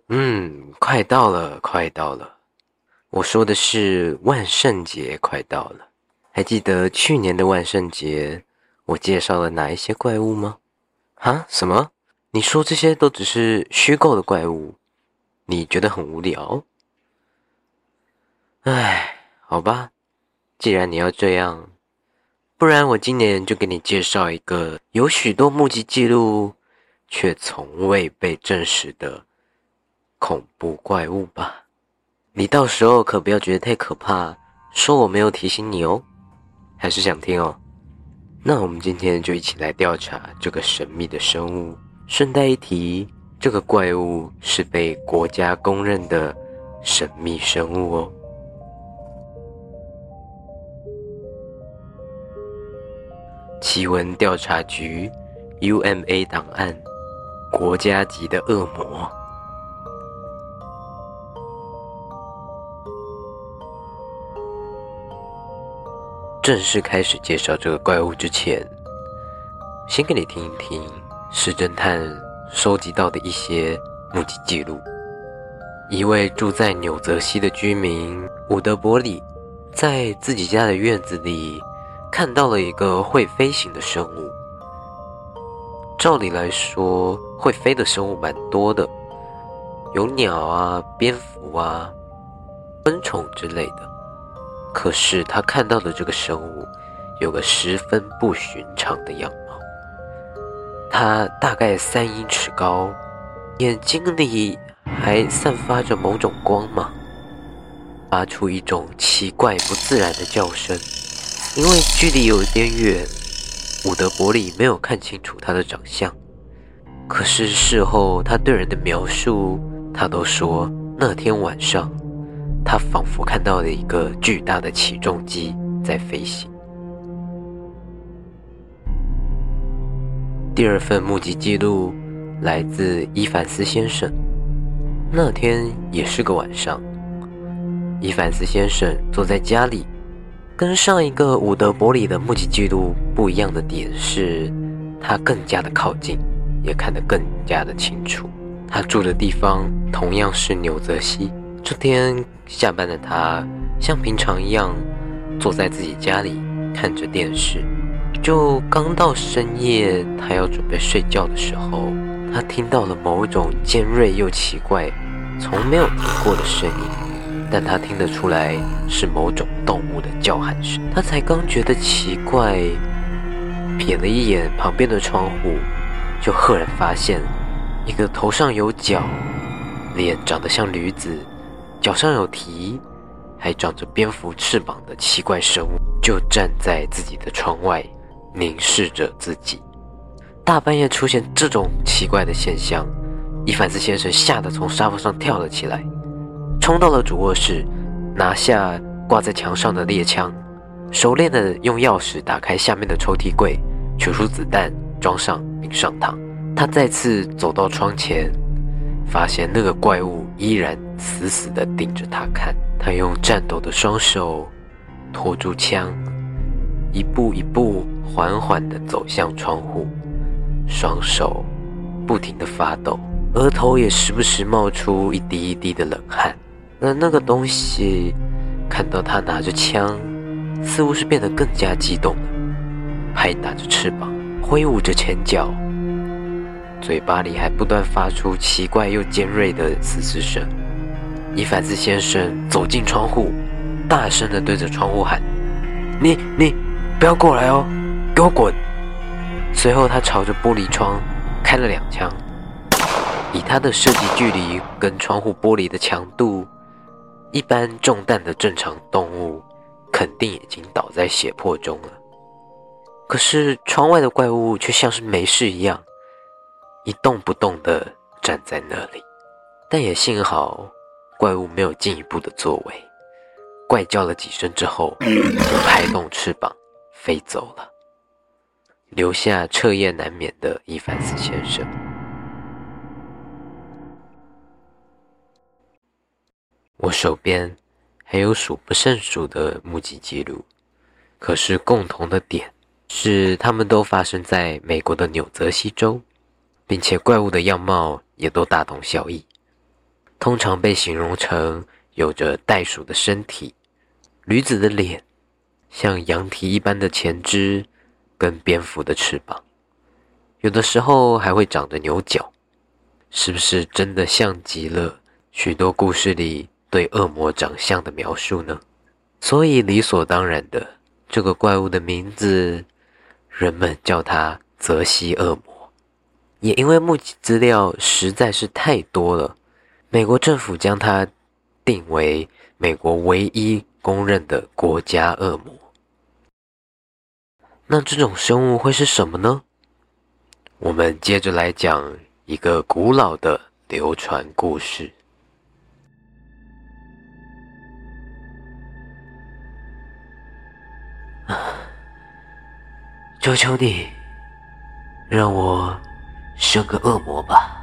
快到了，快到了。我说的是万圣节快到了。还记得去年的万圣节，我介绍了哪一些怪物吗？哈？什么？你说这些都只是虚构的怪物，你觉得很无聊？唉，好吧，既然你要这样，不然我今年就给你介绍一个有许多目击记录，却从未被证实的恐怖怪物吧。你到时候可不要觉得太可怕，说我没有提醒你哦。还是想听哦？那我们今天就一起来调查这个神秘的生物。顺带一提，这个怪物是被国家公认的神秘生物哦。奇闻调查局 UMA 档案，国家级的恶魔。正式开始介绍这个怪物之前，先给你听一听石侦探收集到的一些目击记录。一位住在纽泽西的居民伍德伯里，在自己家的院子里看到了一个会飞行的生物。照理来说，会飞的生物蛮多的，有鸟啊、蝙蝠啊、昆虫之类的。可是他看到的这个生物有个十分不寻常的样貌。它大概3英尺高，眼睛里还散发着某种光芒，发出一种奇怪不自然的叫声。因为距离有点远，伍德伯里没有看清楚他的长相，可是事后他对人的描述，他都说那天晚上他仿佛看到了一个巨大的起重机在飞行。第二份目击记录来自伊凡斯先生。那天也是个晚上，伊凡斯先生坐在家里，跟上一个伍德伯里的目击记录不一样的点是，他更加的靠近，也看得更加的清楚。他住的地方同样是纽泽西。这天下班的他像平常一样坐在自己家里看着电视，就刚到深夜他要准备睡觉的时候，他听到了某种尖锐又奇怪从没有听过的声音，但他听得出来是某种动物的叫喊声。他才刚觉得奇怪，瞥了一眼旁边的窗户，就赫然发现一个头上有角、脸长得像驴子、脚上有蹄，还长着蝙蝠翅膀的奇怪生物，就站在自己的窗外凝视着自己。大半夜出现这种奇怪的现象，伊凡斯先生吓得从沙发上跳了起来，冲到了主卧室，拿下挂在墙上的猎枪，熟练地用钥匙打开下面的抽屉柜，取出子弹装上并上膛。他再次走到窗前，发现那个怪物依然死死地盯着他看。他用颤抖的双手拖住枪，一步一步缓缓地走向窗户，双手不停地发抖，额头也时不时冒出一滴一滴的冷汗。那个东西看到他拿着枪，似乎是变得更加激动了，拍打着翅膀，挥舞着前脚，嘴巴里还不断发出奇怪又尖锐的嘶嘶声。伊凡斯先生走进窗户，大声地对着窗户喊：你不要过来哦，给我滚！随后他朝着玻璃窗开了2枪。以他的射击距离跟窗户玻璃的强度，一般中弹的正常动物肯定已经倒在血泊中了。可是窗外的怪物却像是没事一样，一动不动地站在那里。但也幸好怪物没有进一步的作为，怪叫了几声之后就拍动翅膀飞走了，留下彻夜难眠的伊凡斯先生。我手边还有数不胜数的目击记录，可是共同的点是它们都发生在美国的纽泽西州，并且怪物的样貌也都大同小异。 通常被形容成有着袋鼠的身体、驴子的脸，像羊蹄一般的前肢跟蝙蝠的翅膀，有的时候还会长着牛角，是不是真的像极了许多故事里对恶魔长相的描述呢？所以理所当然的，这个怪物的名字，人们叫它泽西恶魔。也因为目击资料实在是太多了，美国政府将它定为美国唯一公认的国家恶魔。那这种生物会是什么呢？我们接着来讲一个古老的流传故事。求求你，让我生个恶魔吧。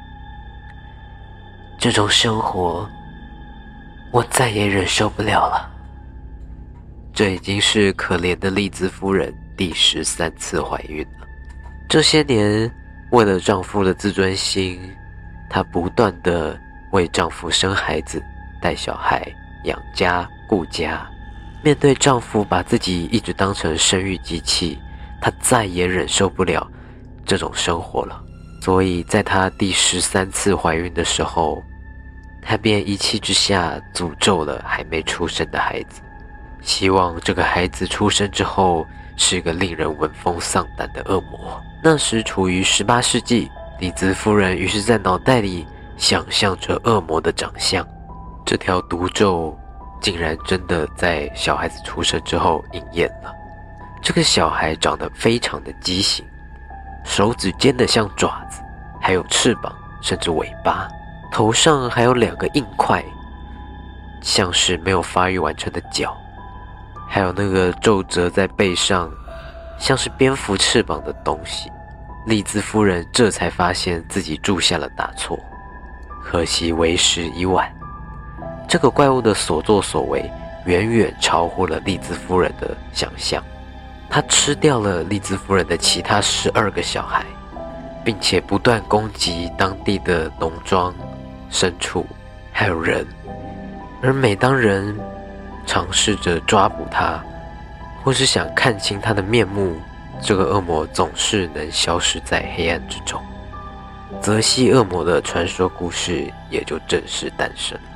这种生活，我再也忍受不了了。这已经是可怜的利兹夫人第13次怀孕了。这些年，为了丈夫的自尊心，她不断地为丈夫生孩子、带小孩、养家、顾家。面对丈夫把自己一直当成生育机器，她再也忍受不了这种生活了。所以在她第13次怀孕的时候，她便一气之下诅咒了还没出生的孩子，希望这个孩子出生之后是个令人闻风丧胆的恶魔。那时处于18世纪，利兹夫人于是在脑袋里想象着恶魔的长相。这条毒咒竟然真的在小孩子出生之后应验了。这个小孩长得非常的畸形，手指尖的像爪子，还有翅膀，甚至尾巴，头上还有2个硬块，像是没有发育完成的脚，还有那个皱褶在背上像是蝙蝠翅膀的东西。利兹夫人这才发现自己铸下了大错，可惜为时已晚。这个怪物的所作所为远远超乎了利兹夫人的想象。他吃掉了利兹夫人的其他12个小孩，并且不断攻击当地的农庄、牲畜还有人。而每当人尝试着抓捕他，或是想看清他的面目，这个恶魔总是能消失在黑暗之中。泽西恶魔的传说故事也就正式诞生了。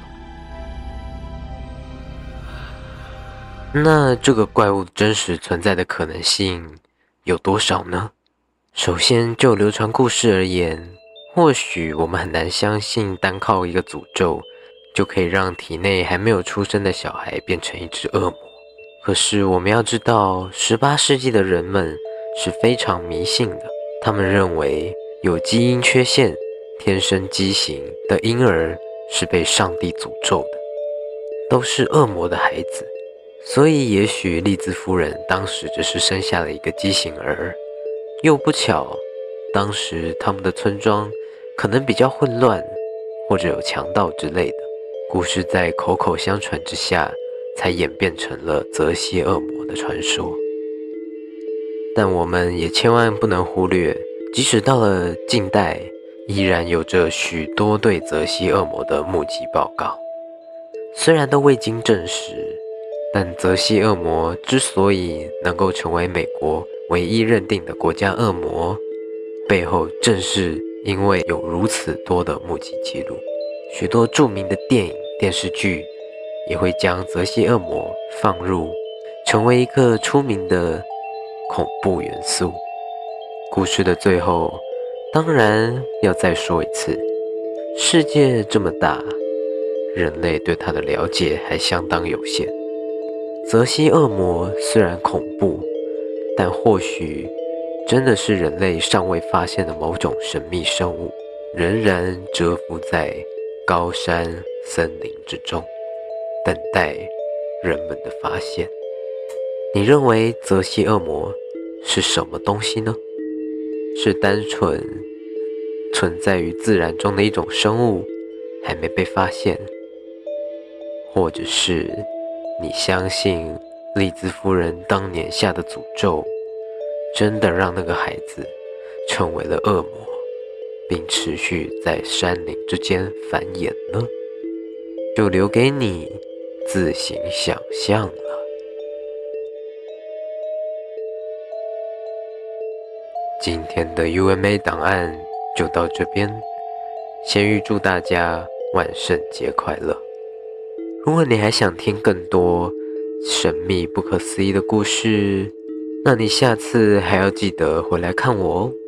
那这个怪物真实存在的可能性有多少呢？首先就流传故事而言，或许我们很难相信单靠一个诅咒就可以让体内还没有出生的小孩变成一只恶魔。可是我们要知道，18世纪的人们是非常迷信的，他们认为有基因缺陷、天生畸形的婴儿是被上帝诅咒的，都是恶魔的孩子。所以也许利兹夫人当时只是生下了一个畸形儿，又不巧当时他们的村庄可能比较混乱，或者有强盗之类的。故事在口口相传之下才演变成了泽西恶魔的传说。但我们也千万不能忽略，即使到了近代，依然有着许多对泽西恶魔的目击报告。虽然都未经证实，但泽西恶魔之所以能够成为美国唯一认定的国家恶魔，背后正是因为有如此多的目击记录。许多著名的电影、电视剧也会将泽西恶魔放入，成为一个出名的恐怖元素。故事的最后，当然要再说一次，世界这么大，人类对它的了解还相当有限。泽西恶魔虽然恐怖，但或许真的是人类尚未发现的某种神秘生物，仍然蛰伏在高山森林之中，等待人们的发现。你认为泽西恶魔是什么东西呢？是单纯存在于自然中的一种生物，还没被发现，或者是你相信利兹夫人当年下的诅咒真的让那个孩子成为了恶魔， 并持续在山林之间繁衍呢？就留给你自行想象了。今天的 UMA 档案就到这边，先预祝大家万圣节快乐。如果你还想听更多神秘不可思议的故事，那你下次还要记得回来看我哦。